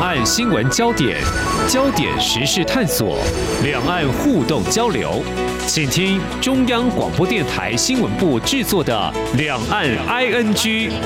岸新闻焦点，焦点时事探索，两岸互动交流，请听中央广播电台新闻部制作的《两岸 ING》。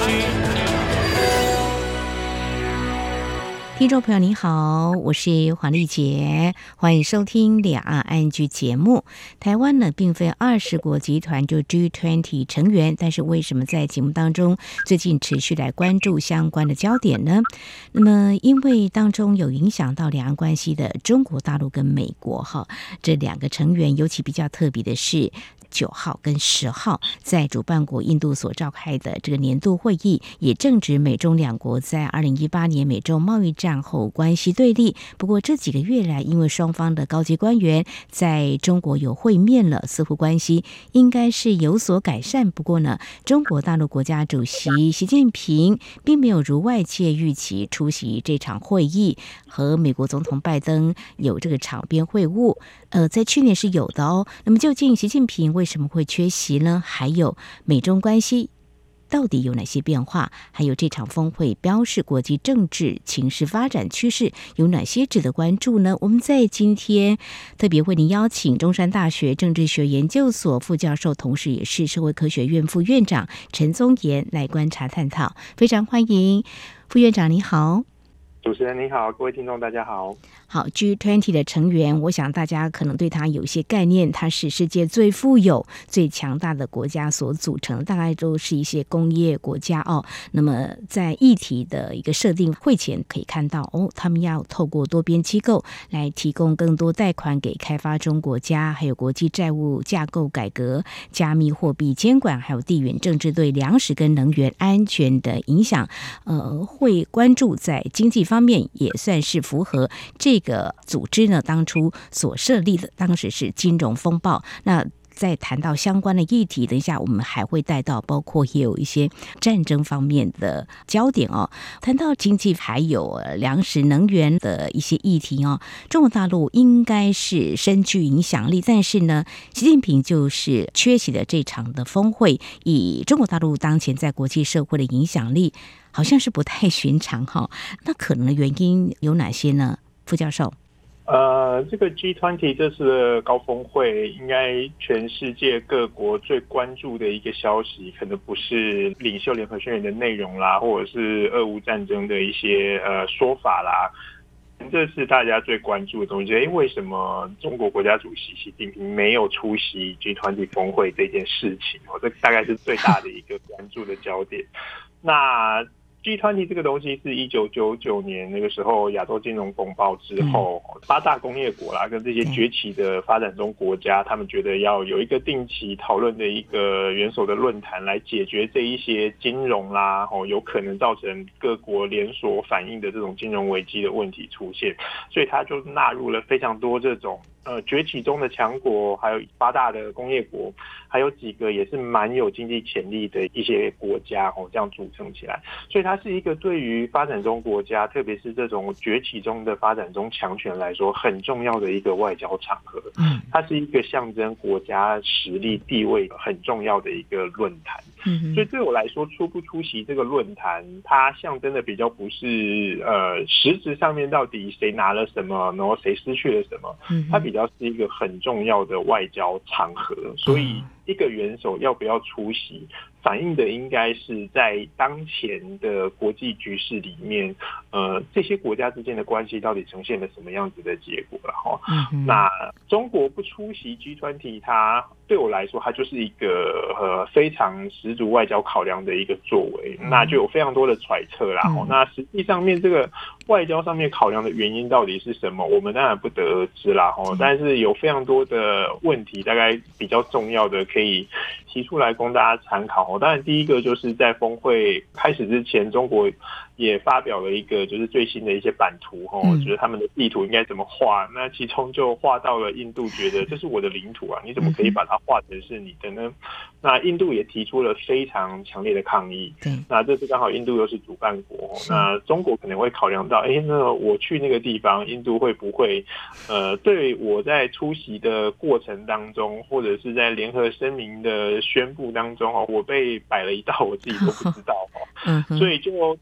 听众朋友你好，我是黄丽杰，欢迎收听两岸 ING 节目。台湾呢并非20国集团就 G20 成员，但是为什么在节目当中最近持续来关注相关的焦点呢？那么因为当中有影响到两岸关系的中国大陆跟美国这两个成员，尤其比较特别的是9号跟10号在主办国印度所召开的这个年度会议，也正值美中两国在2018年美中贸易战后关系对立。不过这几个月来，因为双方的高级官员在中国有会面了，似乎关系应该是有所改善。不过呢，中国大陆国家主席习近平并没有如外界预期出席这场会议，和美国总统拜登有这个场边会晤。在去年是有的哦。那么究竟习近平为什么会缺席呢？还有美中关系到底有哪些变化？还有这场峰会标示国际政治情势发展趋势有哪些值得关注呢？我们在今天特别为您邀请中山大学政治学研究所副教授，同时也是社会科学院副院长陈宗彦来观察探讨，非常欢迎副院长，你好。 主持人你好，各位听众大家好。 好 ，G20 的成员，我想大家可能对它有一些概念，它是世界最富有、最强大的国家所组成，大概都是一些工业国家哦。那么在议题的一个设定会前可以看到他们要透过多边机构来提供更多贷款给开发中国家，还有国际债务架构改革、加密货币监管，还有地缘政治对粮食跟能源安全的影响，会关注在经济方面，也算是符合这个组织呢当初所设立的，当时是金融风暴。那在谈到相关的议题，等一下我们还会带到，包括也有一些战争方面的焦点哦。谈到经济还有粮食能源的一些议题哦，中国大陆应该是深具影响力，但是呢，习近平就是缺席的这场的峰会，以中国大陆当前在国际社会的影响力，好像是不太寻常那可能的原因有哪些呢？副教授。 这个 G20 这次的高峰会，应该全世界各国最关注的一个消息，可能不是领袖联合宣言的内容啦，或者是俄乌战争的一些说法啦。这是大家最关注的东西。为什么中国国家主席习近平没有出席 G20 峰会这件事情？这大概是最大的一个关注的焦点。那G20 这个东西是1999年那个时候亚洲金融风暴之后，8大工业国啦跟这些崛起的发展中国家，他们觉得要有一个定期讨论的一个元首的论坛，来解决这一些金融啦有可能造成各国连锁反应的这种金融危机的问题出现，所以他就纳入了非常多这种崛起中的强国，还有8大的工业国，还有几个也是蛮有经济潜力的一些国家这样组成起来。所以它是一个对于发展中国家，特别是这种崛起中的发展中强权来说很重要的一个外交场合。它是一个象征国家实力地位很重要的一个论坛。所以对我来说，出不出席这个论坛，它象征的比较不是实质上面到底谁拿了什么，然后谁失去了什么，它比较是一个很重要的外交场合。所以一个元首要不要出席，反映的应该是在当前的国际局势里面，这些国家之间的关系到底呈现了什么样子的结果了那中国不出席 G20， 它对我来说，它就是一个非常十足外交考量的一个作为，那就有非常多的揣测啦那实际上面这个外交上面考量的原因到底是什么，我们当然不得而知啦但是有非常多的问题，大概比较重要的可以提出来供大家参考当然第一个就是在峰会开始之前，中国也发表了一个就是最新的一些版图觉得他们的地图应该怎么画，那其中就画到了印度觉得这是我的领土你怎么可以把它画成是你的呢？那印度也提出了非常强烈的抗议。那这次刚好印度又是主办国那中国可能会考量到那我去那个地方，印度会不会对我在出席的过程当中，或者是在联合声明的宣布当中我被摆了一道我自己都不知道所以就是不是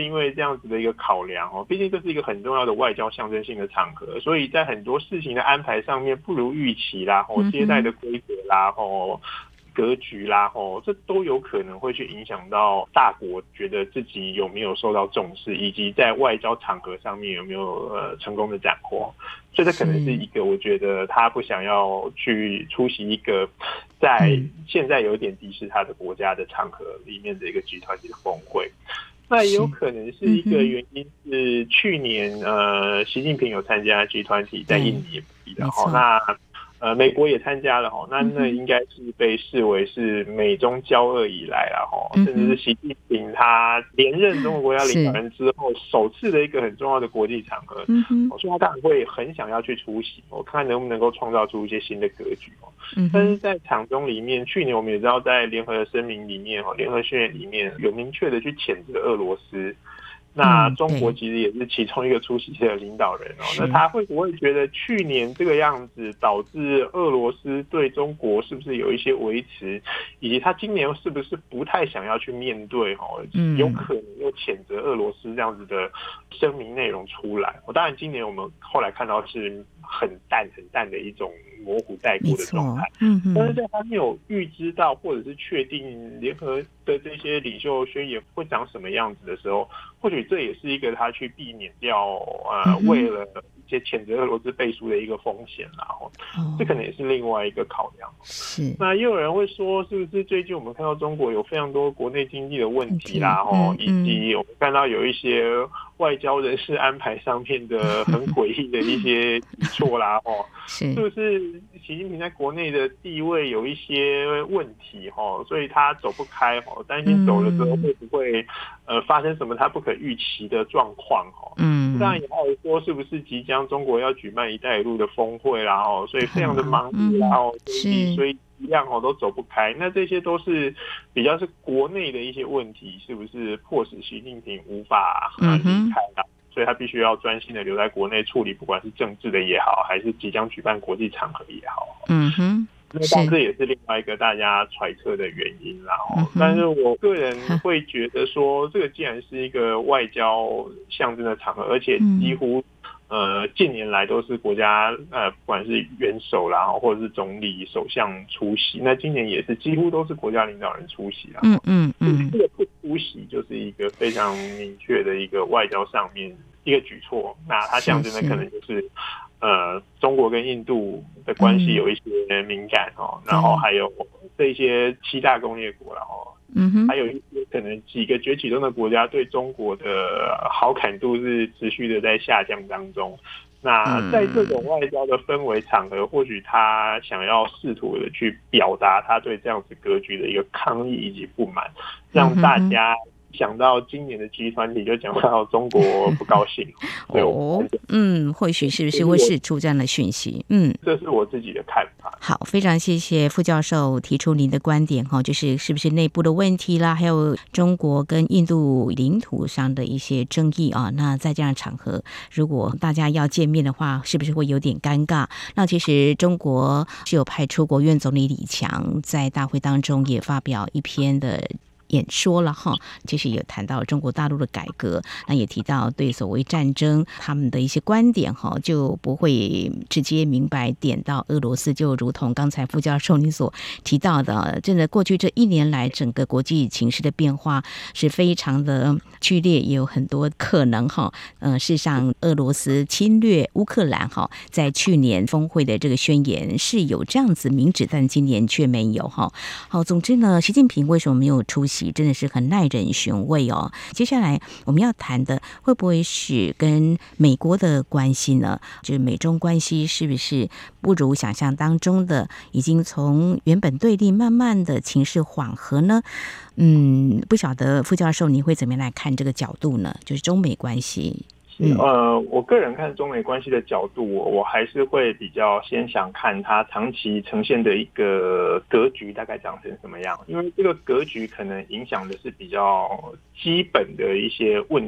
因为这样子的一个考量毕竟这是一个很重要的外交象征性的场合，所以在很多事情的安排上面不如预期啦，接待的规则啦，格局啦，这都有可能会去影响到大国觉得自己有没有受到重视，以及在外交场合上面有没有成功的斩获。所以这可能是一个我觉得他不想要去出席一个在现在有点敌视他的国家的场合里面的一个集团体的峰会。那也有可能是一个原因是去年习近平有参加集团体在印尼的那美国也参加了那应该是被视为是美中交恶以来啦甚至是习近平他连任中国国家领导人之后首次的一个很重要的国际场合，所以他当然会很想要去出席，我看能不能够创造出一些新的格局但是在场中里面，去年我们也知道在联合的声明里面联合宣言里面有明确的去谴责俄罗斯。那中国其实也是其中一个出席的领导人那他会不会觉得去年这个样子导致俄罗斯对中国是不是有一些维持，以及他今年是不是不太想要去面对有可能又谴责俄罗斯这样子的声明内容出来当然今年我们后来看到是很淡的一种模糊带过的状态但是在他没有预知到或者是确定联合的这些领袖宣言会长什么样子的时候，或许这也是一个他去避免掉为了一些谴责俄罗斯背书的一个风险啦这可能也是另外一个考量那也有人会说是不是最近我们看到中国有非常多国内经济的问题啦以及我们看到有一些外交人事安排上面的很诡异的一些举措啦是不是习近平在国内的地位有一些问题所以他走不开担心走了之后会不会发生什么他不可预期的状况当然也还有说是不是即将中国要举办一带一路的峰会啦所以非常的忙碌啦所以一样都走不开，那这些都是比较是国内的一些问题，是不是迫使习近平无法离开所以他必须要专心的留在国内处理，不管是政治的也好，还是即将举办国际场合也好那当然这也是另外一个大家揣测的原因啦但是我个人会觉得说这个既然是一个外交象征的场合，而且几乎近年来都是国家不管是元首啦或者是总理首相出席，那今年也是几乎都是国家领导人出席啦这个不出席就是一个非常明确的一个外交上面一个举措，那它象征的可能就是中国跟印度的关系有一些敏感然后还有这些7大工业国还有一些可能几个崛起中的国家对中国的好感度是持续的在下降当中，那在这种外交的氛围场合，或许他想要试图的去表达他对这样子格局的一个抗议以及不满，让大家想到今年的G20就讲到中国不高兴或许是不是会释出这样的讯息这是我自己的看法。 好，非常谢谢副教授提出您的观点就是是不是内部的问题啦，还有中国跟印度领土上的一些争议那在这样的场合如果大家要见面的话，是不是会有点尴尬？那其实中国是有派出国务院总理李强在大会当中也发表一篇的演说了其实也谈到中国大陆的改革，那也提到对所谓战争他们的一些观点就不会直接明白点到俄罗斯，就如同刚才副教授你所提到的，真的过去这1年来整个国际情势的变化是非常的剧烈，也有很多可能事实上俄罗斯侵略乌克兰在去年峰会的这个宣言是有这样子明指，但今年却没有好，总之呢，习近平为什么没有出席真的是很耐人寻味接下来我们要谈的会不会是跟美国的关系呢？就是美中关系是不是不如想象当中的已经从原本对立慢慢的情势缓和呢？不晓得副教授你会怎么样来看这个角度呢？就是中美关系我个人看中美关系的角度，我还是会比较先想看它长期呈现的一个格局大概长成什么样，因为这个格局可能影响的是比较基本的一些问题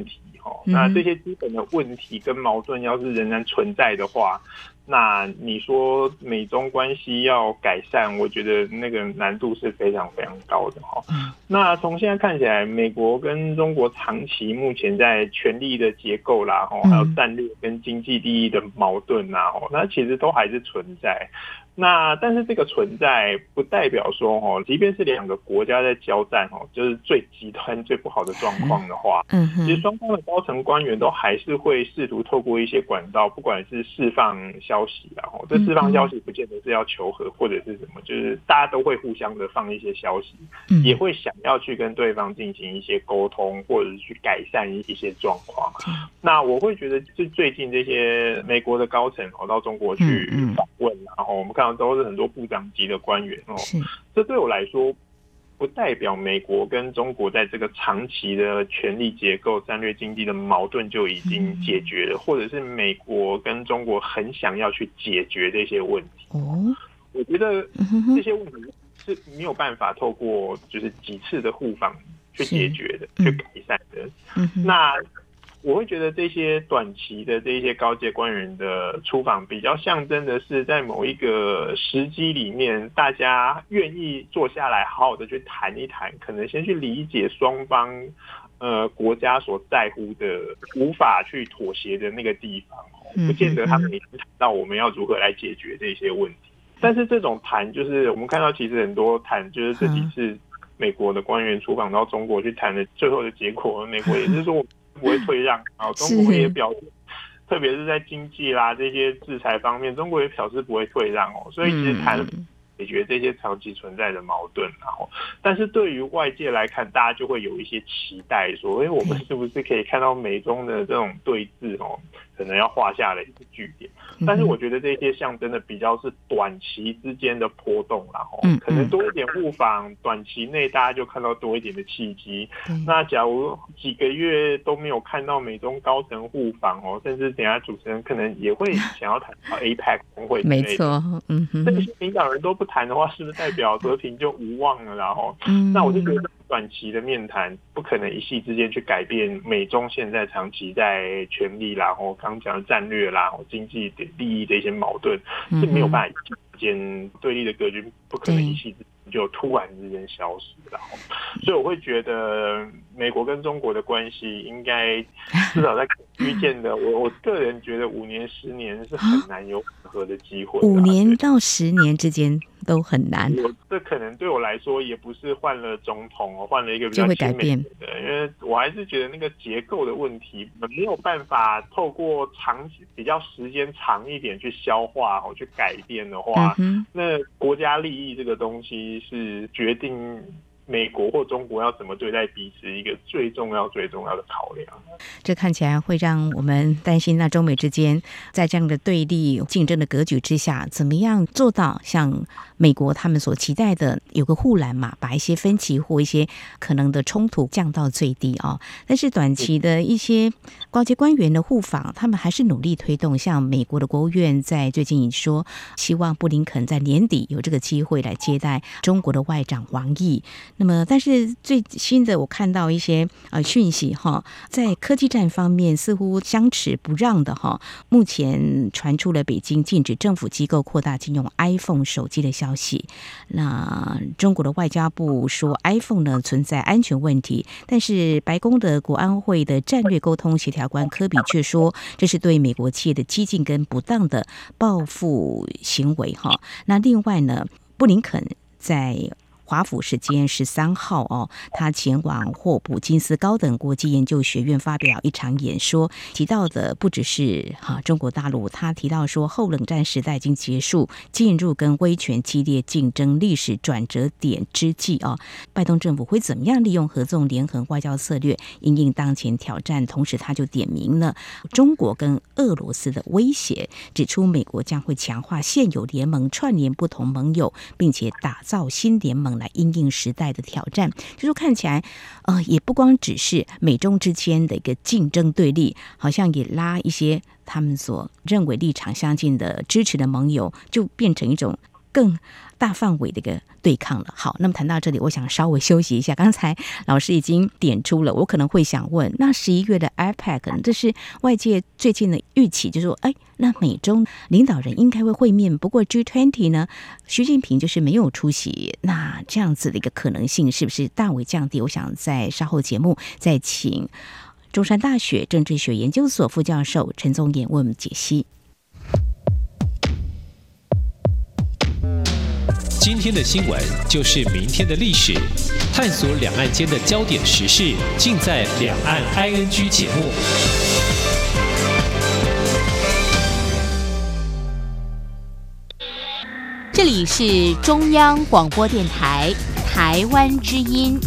那这些基本的问题跟矛盾要是仍然存在的话，那你说美中关系要改善，我觉得那个难度是非常非常高的。那从现在看起来，美国跟中国长期目前在权力的结构啦，还有战略跟经济利益的矛盾啊，那其实都还是存在。那但是这个存在不代表说即便是两个国家在交战就是最极端最不好的状况的话，其实双方的高层官员都还是会试图透过一些管道，不管是释放消息啦，这释放消息不见得是要求和或者是什么，就是大家都会互相的放一些消息，也会想要去跟对方进行一些沟通，或者是去改善一些状况。那我会觉得是最近这些美国的高层到中国去访问，然后我们看到都是很多部长级的官员这对我来说不代表美国跟中国在这个长期的权力结构、战略经济的矛盾就已经解决了，或者是美国跟中国很想要去解决这些问题。我觉得这些问题是没有办法透过就是几次的互访去解决的，去改善的。那我会觉得这些短期的这些高阶官员的出访比较象征的是在某一个时机里面，大家愿意坐下来好好的去谈一谈，可能先去理解双方国家所在乎的无法去妥协的那个地方，不见得他们已经谈到我们要如何来解决这些问题。但是这种谈就是我们看到其实很多谈就是这几次美国的官员出访到中国去谈的最后的结果，美国也是说不会退让，中国也表示，特别是在经济啦这些制裁方面，中国也表示不会退让所以其实谈解决这些长期存在的矛盾，但是对于外界来看，大家就会有一些期待，说，我们是不是可以看到美中的这种对峙可能要画下了一个句点。但是我觉得这些象征的比较是短期之间的波动啦，可能多一点互访，短期内大家就看到多一点的契机。那假如几个月都没有看到美中高层互访甚至等一下主持人可能也会想要谈到 APEC 峰会之类的。没错，这些领导人都不谈的话，是不是代表和平就无望了？然后，那我就觉得短期的面谈不可能一夕之间去改变美中现在长期在权力啦，刚讲的战略啦、经济的利益的一些矛盾是没有办法一夕之间对立的格局不可能一夕之间就突然之间消失了。所以我会觉得美国跟中国的关系应该至少在预见的我个人觉得5年10年是很难有任何的机会。5 年到10年之间都很难。 这可能对我来说也不是换了总统换了一个比较亲美的，因为我还是觉得那个结构的问题没有办法透过比较时间长一点去消化去改变的话，那国家利益这个东西是决定美国或中国要怎么对待彼此一个最重要的考量。 这看起来会让我们担心，那中美之间在这样的对立竞争的格局之下，怎么样做到像美国他们所期待的有个护栏嘛，把一些分歧或一些可能的冲突降到最低但是短期的一些高阶官员的互访，他们还是努力推动。像美国的国务院在最近也说，希望布林肯在年底有这个机会来接待中国的外长王毅。那么但是最新的我看到一些讯息在科技战方面似乎相持不让的目前传出了北京禁止政府机构扩大禁用 iPhone 手机的消息。那中国的外交部说 iPhone 呢存在安全问题，但是白宫的国安会的战略沟通协调官科比却说，这是对美国企业的激进跟不当的报复行为那另外呢，布林肯在华府时间13号他前往霍普金斯高等国际研究学院发表一场演说，提到的不只是中国大陆，他提到说后冷战时代已经结束，进入跟威权激烈竞争历史转折点之际拜登政府会怎么样利用合纵连横外交策略因应当前挑战。同时他就点明了中国跟俄罗斯的威胁，指出美国将会强化现有联盟，串联不同盟友，并且打造新联盟来因应时代的挑战。就说看起来也不光只是美中之间的一个竞争对立，好像也拉一些他们所认为立场相近的支持的盟友，就变成一种更大范围的一个对抗了。好，那么谈到这里，我想稍微休息一下。刚才老师已经点出了，我可能会想问，那11月的 APEC， 这是外界最近的预期，就是说，那美中领导人应该会面，不过 G20 呢，习近平就是没有出席，那这样子的一个可能性是不是大为降低？我想在稍后节目再请中山大学政治学研究所副教授陈宗彦为我们解析。 今天的新闻就是明天的历史，探索两岸间的焦点时事，尽在《两岸 ING》节目。 这里是中央广播电台台湾之音。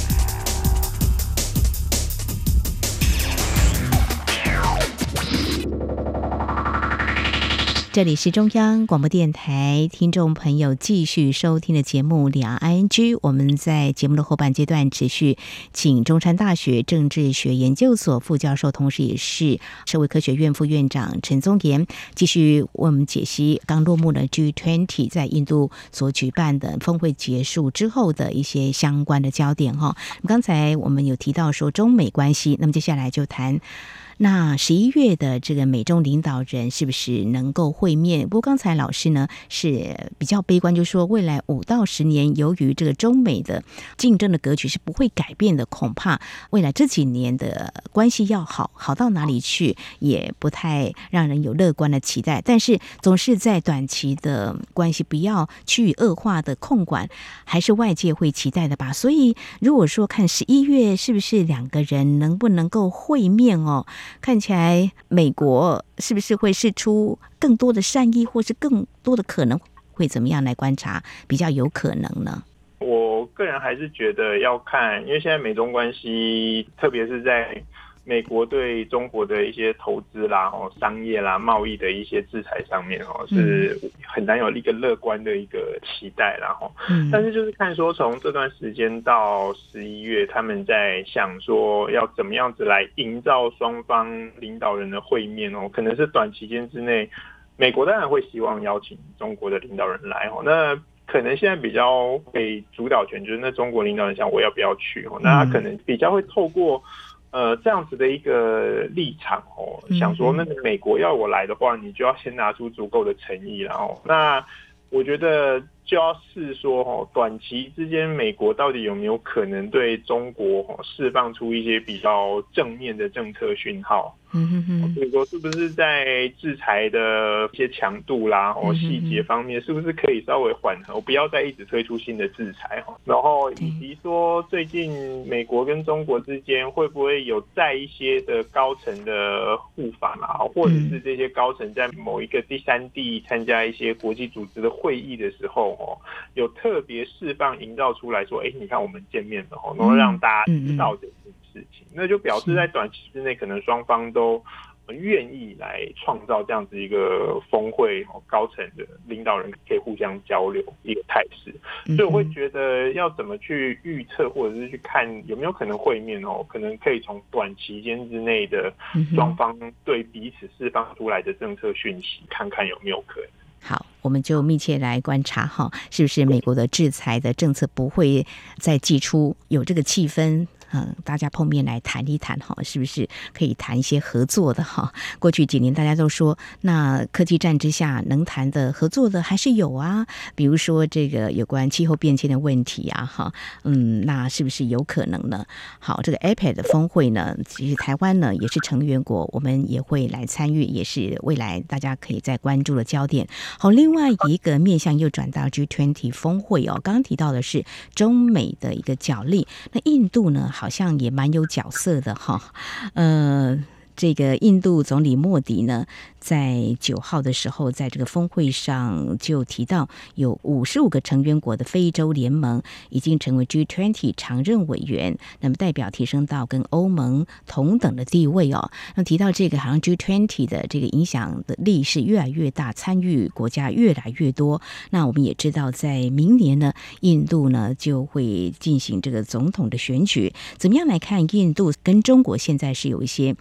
这里是中央广播电台，听众朋友继续收听的节目两岸 ING。我们在节目的后半阶段持续请中山大学政治学研究所副教授，同时也是社会科学院副院长陈宗彦，继续为我们解析刚落幕的 G20 在印度所举办的峰会结束之后的一些相关的焦点。刚才我们有提到说中美关系，那么接下来就谈那11月的这个美中领导人是不是能够会面？不过刚才老师呢是比较悲观，就是说未来5到10年，由于这个中美的竞争的格局是不会改变的，恐怕未来这几年的关系要好到哪里去，也不太让人有乐观的期待。但是总是在短期的关系不要趋于恶化的控管，还是外界会期待的吧。所以如果说看11月是不是两个人能不能够会面看起来美国是不是会释出更多的善意，或是更多的可能，会怎么样来观察比较有可能呢？ 我个人还是觉得要看，因为现在美中关系，特别是在美国对中国的一些投资啦、商业啦、贸易的一些制裁上面是很难有一个乐观的一个期待啦。但是就是看说从这段时间到11月，他们在想说要怎么样子来营造双方领导人的会面可能是短期间之内，美国当然会希望邀请中国的领导人来那可能现在比较给主导权，就是那中国领导人想我要不要去那他可能比较会透过这样子的一个立场想说那美国要我来的话，你就要先拿出足够的诚意，然后那我觉得就要试说短期之间美国到底有没有可能对中国释放出一些比较正面的政策讯号。所以说是不是在制裁的一些强度啦细节方面是不是可以稍微缓和，不要再一直推出新的制裁然后以及说最近美国跟中国之间会不会有在一些的高层的互访啦，或者是这些高层在某一个第三地参加一些国际组织的会议的时候有特别释放营造出来说你看我们见面了然后让大家知道这件事情，那就表示在短期之内可能双方都愿意来创造这样子一个峰会高层的领导人可以互相交流一个态势。所以我会觉得要怎么去预测或者是去看有没有可能会面可能可以从短期间之内的双方对彼此释放出来的政策讯息看看有没有可能。 好，我们就密切来观察是不是美国的制裁的政策不会再祭出，有这个气氛大家碰面来谈一谈是不是可以谈一些合作的过去几年大家都说，那科技战之下能谈的合作的还是有啊，比如说这个有关气候变迁的问题啊那是不是有可能呢？好，这个 APEC 的峰会呢，其实台湾呢也是成员国，我们也会来参与，也是未来大家可以再关注的焦点。好，另外一个面向又转到 G20 峰会刚刚提到的是中美的一个角力，那印度呢好像也蛮有角色的这个印度总理莫迪呢，在9号的时候，在这个峰会上就提到，有55个成员国的非洲联盟已经成为 G20 常任委员，那么代表提升到跟欧盟同等的地位那提到这个，好像 G20 的这个影响的力是越来越大，参与国家越来越多。那我们也知道，在明年呢，印度呢就会进行这个总统的选举。怎么样来看印度跟中国现在是有一些边界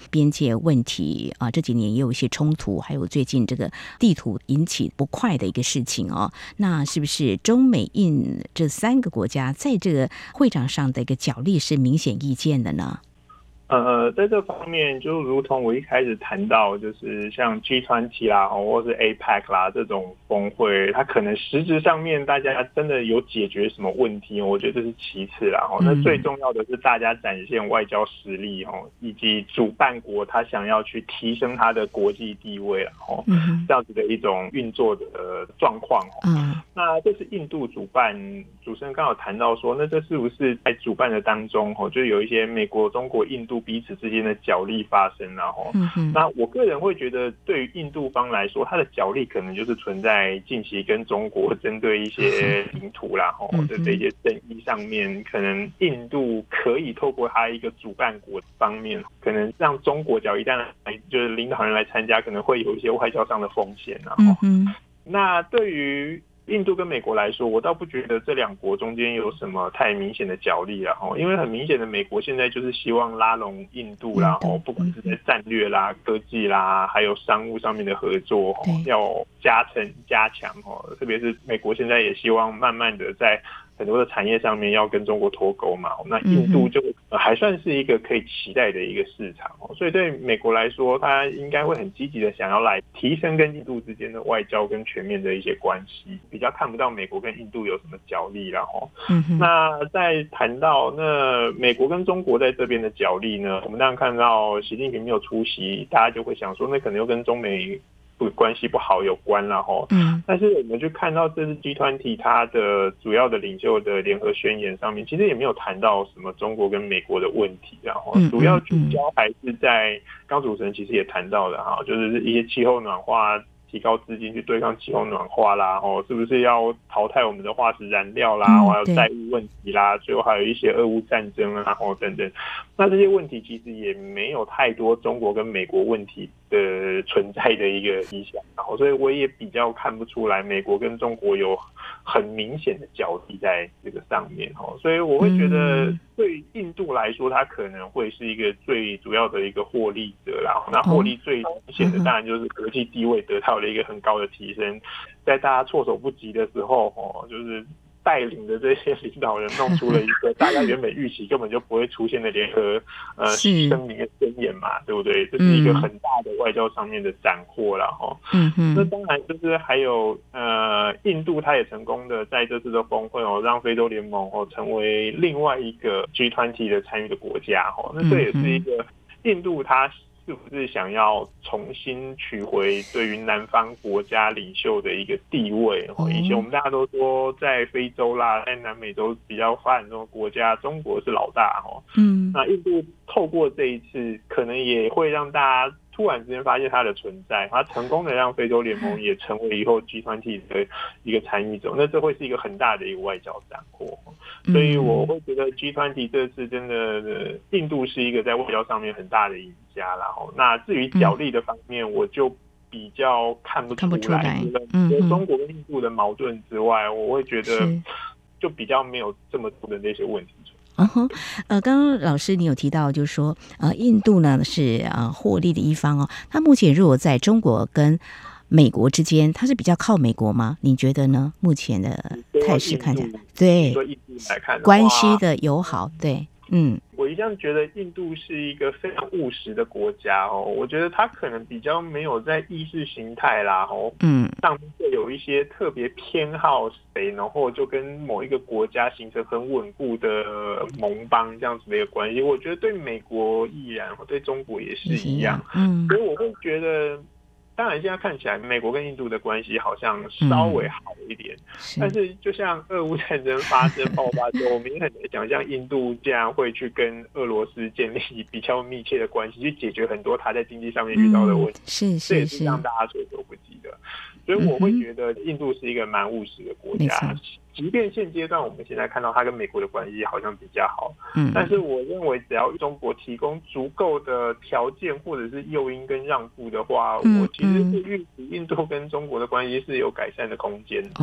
些问题啊，这几年也有一些冲突，还有最近这个地图引起不快的一个事情哦。那是不是中美印这3个国家在这个会场上的一个角力是明显意见的呢？ 在这方面，就如同我一开始谈到，就是像 G20 啦，或是 APEC 啦这种峰会，它可能实质上面大家真的有解决什么问题，我觉得这是其次啦。那最重要的是大家展现外交实力，以及主办国他想要去提升他的国际地位，这样子的一种运作的状况。那这是印度主办，主持人刚好谈到说，那这是不是在主办的当中，就有一些美国、中国、印度彼此之间的角力发生啊。那我个人会觉得，对于印度方来说，它的角力可能就是存在近期跟中国针对一些领土啦，的这些争议上面，可能印度可以透过它一个主办国方面，可能让中国一旦来就是领导人来参加，可能会有一些外交上的风险啊。那对于印度跟美国来说，我倒不觉得这2国中间有什么太明显的角力啦，因为很明显的，美国现在就是希望拉拢印度啦，不管是在战略啦、科技啦，还有商务上面的合作，要加强，特别是美国现在也希望慢慢的在很多的产业上面要跟中国脱钩嘛，那印度就还算是一个可以期待的一个市场，所以对美国来说，他应该会很积极的想要来提升跟印度之间的外交跟全面的一些关系，比较看不到美国跟印度有什么角力啦。那在谈到那美国跟中国在这边的角力呢，我们当然看到习近平没有出席，大家就会想说，那可能又跟中美关系不好有关啦。但是我们就看到这次 G20 它的主要的领袖的联合宣言上面，其实也没有谈到什么中国跟美国的问题，然后主要聚焦还是在刚主持人其实也谈到的就是一些气候暖化，提高资金去对抗气候暖化啦，是不是要淘汰我们的化石燃料啦，还有债务问题啦，最后还有一些俄乌战争啊，等等。那这些问题其实也没有太多中国跟美国问题的存在的一个迹象，所以我也比较看不出来美国跟中国有很明显的角力在这个上面，所以我会觉得对印度来说，它可能会是一个最主要的一个获利者啦。那获利最明显的当然就是国际地位得到了一个很高的提升，在大家措手不及的时候，就是带领的这些领导人弄出了一个大家原本预期根本就不会出现的联合声明的宣言嘛，对不对？这是一个很大的外交上面的斩获啦。那当然就是还有印度它也成功的在这次的峰会让非洲联盟成为另外一个 G20 的参与的国家。那这也是一个印度它是不是想要重新取回对于南方国家领袖的一个地位？以前我们大家都说在非洲啦，在南美洲比较发展中的国家，中国是老大。那印度透过这一次，可能也会让大家突然之间发现它的存在，它成功的让非洲联盟也成为以后 G20 的一个参与者，那这会是一个很大的一个外交斩获。所以我会觉得 G20 这次真的印度是一个在外交上面很大的赢家啦。那至于角力的方面，我就比较看不出来。除了中国跟印度的矛盾之外，我会觉得就比较没有这么多的那些问题。 刚刚老师你有提到，就是说，印度呢是获利的一方它目前如果在中国跟美国之间，它是比较靠美国吗？你觉得呢？目前的态势看起来，对，关系的友好，对， 我一向觉得印度是一个非常务实的国家我觉得它可能比较没有在意识形态啦上面会有一些特别偏好谁，然后就跟某一个国家形成很稳固的盟邦这样子的一个关系。我觉得对美国亦然，对中国也是一样。所以我会觉得，当然现在看起来美国跟印度的关系好像稍微好一点，但是就像俄乌战争发生爆发之后，我们也很难想象印度竟然会去跟俄罗斯建立比较密切的关系，去解决很多他在经济上面遇到的问题。这也是让大家措手不及的。所以我会觉得印度是一个蛮务实的国家，即便现阶段我们现在看到它跟美国的关系好像比较好，但是我认为只要中国提供足够的条件或者是诱因跟让步的话，我其实是预期印度跟中国的关系是有改善的空间。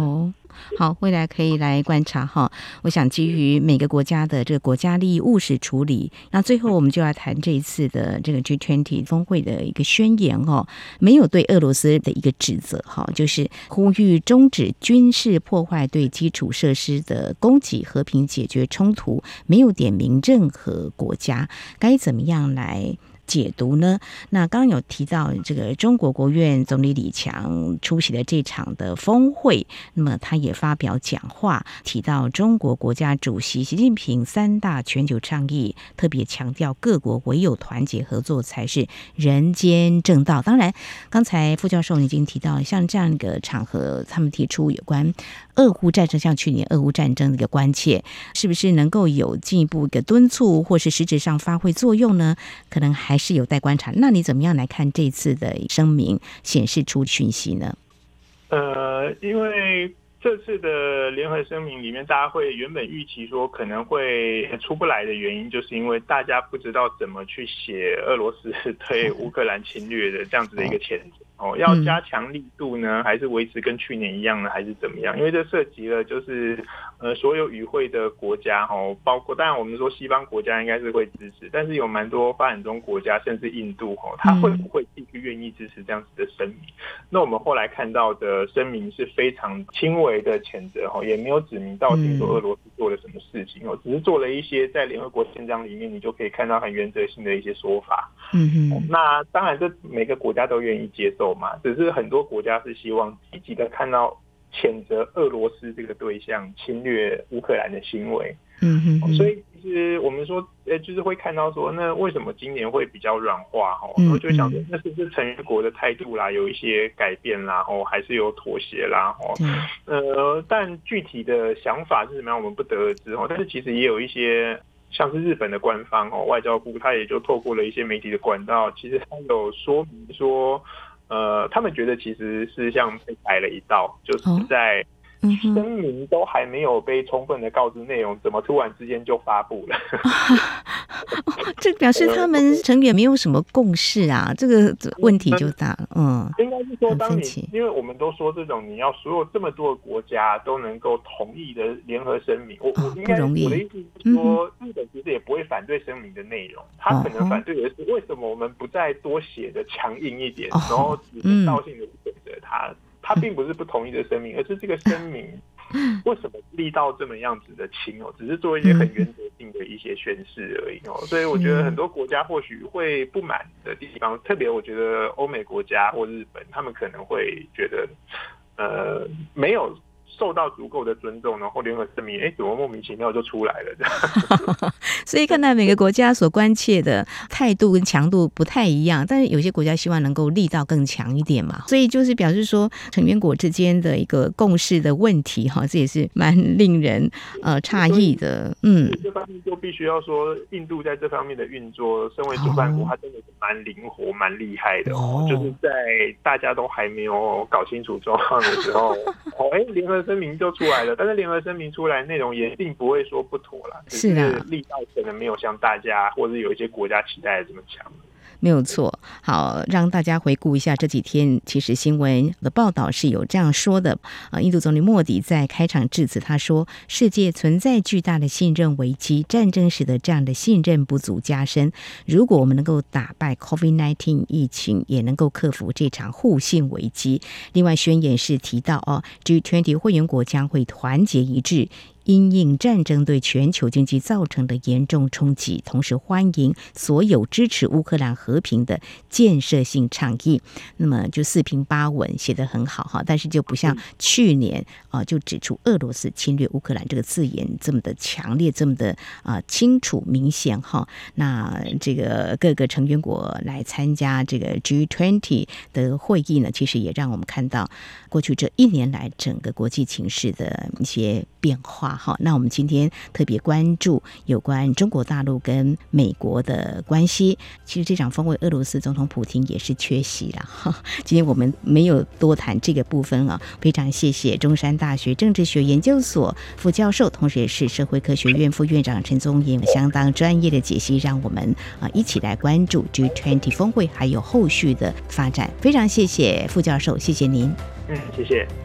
好，未来可以来观察哈。我想基于每个国家的这个国家利益务实处理，那最后我们就要谈这一次的这个 G20 峰会的一个宣言哦，没有对俄罗斯的一个指责哈，就是呼吁终止军事破坏对基础设施的攻击，和平解决冲突，没有点名任何国家，该怎么样来解读呢？那刚刚有提到这个中国国务院总理李强出席了这场的峰会，那么他也发表讲话，提到中国国家主席习近平3大全球倡议，特别强调各国唯有团结合作才是人间正道。当然，刚才副教授已经提到，像这样一个场合，他们提出有关俄乌战争，像去年俄乌战争的一个关切，是不是能够有进一步一个敦促，或是实质上发挥作用呢？可能还是有待观察。那你怎么样来看这次的声明显示出讯息呢？ 因为这次的联合声明里面，大家会原本预期说可能会出不来的原因，就是因为大家不知道怎么去写俄罗斯对乌克兰侵略的这样子的一个谴责。要加强力度呢，还是维持跟去年一样呢，还是怎么样？因为这涉及了就是所有与会的国家包括当然我们说西方国家应该是会支持，但是有蛮多发展中国家甚至印度他会不会继续愿意支持这样子的声明？那我们后来看到的声明是非常轻微的谴责也没有指名道姓说俄罗斯做了什么事情只是做了一些在联合国宪章里面你就可以看到很原则性的一些说法。那当然这每个国家都愿意接受嘛，只是很多国家是希望积极的看到谴责俄罗斯这个对象侵略乌克兰的行为。所以其实我们说就是会看到说，那为什么今年会比较软化然后就想说那是不是成员国的态度啦有一些改变啦还是有妥协啦但具体的想法是什么样我们不得而知但是其实也有一些像是日本的官方外交部，他也就透过了一些媒体的管道，其实他有说明说他们觉得其实是像被踩了一道，就是在声明都还没有被充分的告知内容，怎么突然之间就发布了？ 这表示他们成员没有什么共识啊，这个问题就大了。 应该是说，当你因为我们都说这种你要所有这么多的国家都能够同意的联合声明，我应该我的意思是说，日本其实也不会反对声明的内容，他可能反对的是为什么我们不再多写的强硬一点，然后指名道姓的选择他。他并不是不同意的声明，而是这个声明为什么力道这么样子的轻只是做一些很原则性的一些宣示而已所以我觉得很多国家或许会不满的地方，特别我觉得欧美国家或日本，他们可能会觉得没有受到足够的尊重，然后联合声明怎么莫名其妙就出来了这样所以看到每个国家所关切的态度跟强度不太一样，但是有些国家希望能够力道更强一点嘛，所以就是表示说成员国之间的一个共识的问题这也是蛮令人诧异的。 这方面就必须要说印度在这方面的运作，身为主办国它真的是蛮灵活蛮厉害的就是在大家都还没有搞清楚状况的时候联合声明就出来了，但是联合声明出来内容也并不会说不妥啦，只是力道可能没有像大家或者有一些国家期待的这么强。 没有错。好，让大家回顾一下这几天其实新闻的报道是有这样说的印度总理莫迪在开场致辞，他说世界存在巨大的信任危机，战争使得这样的信任不足加深，如果我们能够打败 COVID-19 疫情，也能够克服这场互信危机。另外宣言是提到G20 会员国将会团结一致，因应战争对全球经济造成的严重冲击，同时欢迎所有支持乌克兰和平的建设性倡议。那么就四平八稳，写得很好但是就不像去年就指出俄罗斯侵略乌克兰这个字眼这么的强烈，这么的清楚明显那这个各个成员国来参加这个 G20 的会议呢，其实也让我们看到过去这1年来整个国际情势的一些变化。那我们今天特别关注有关中国大陆跟美国的关系。其实这场峰会俄罗斯总统普丁也是缺席了今天我们没有多谈这个部分非常谢谢中山大学政治学研究所副教授，同时也是社会科学院副院长陈宗彦相当专业的解析，让我们一起来关注 G20 峰会还有后续的发展。非常谢谢副教授，谢谢您。 谢谢。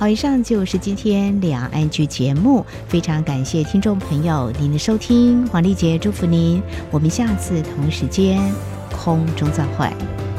好，以上就是今天两岸居节目，非常感谢听众朋友您的收听，黄丽杰祝福您，我们下次同时间空中再会。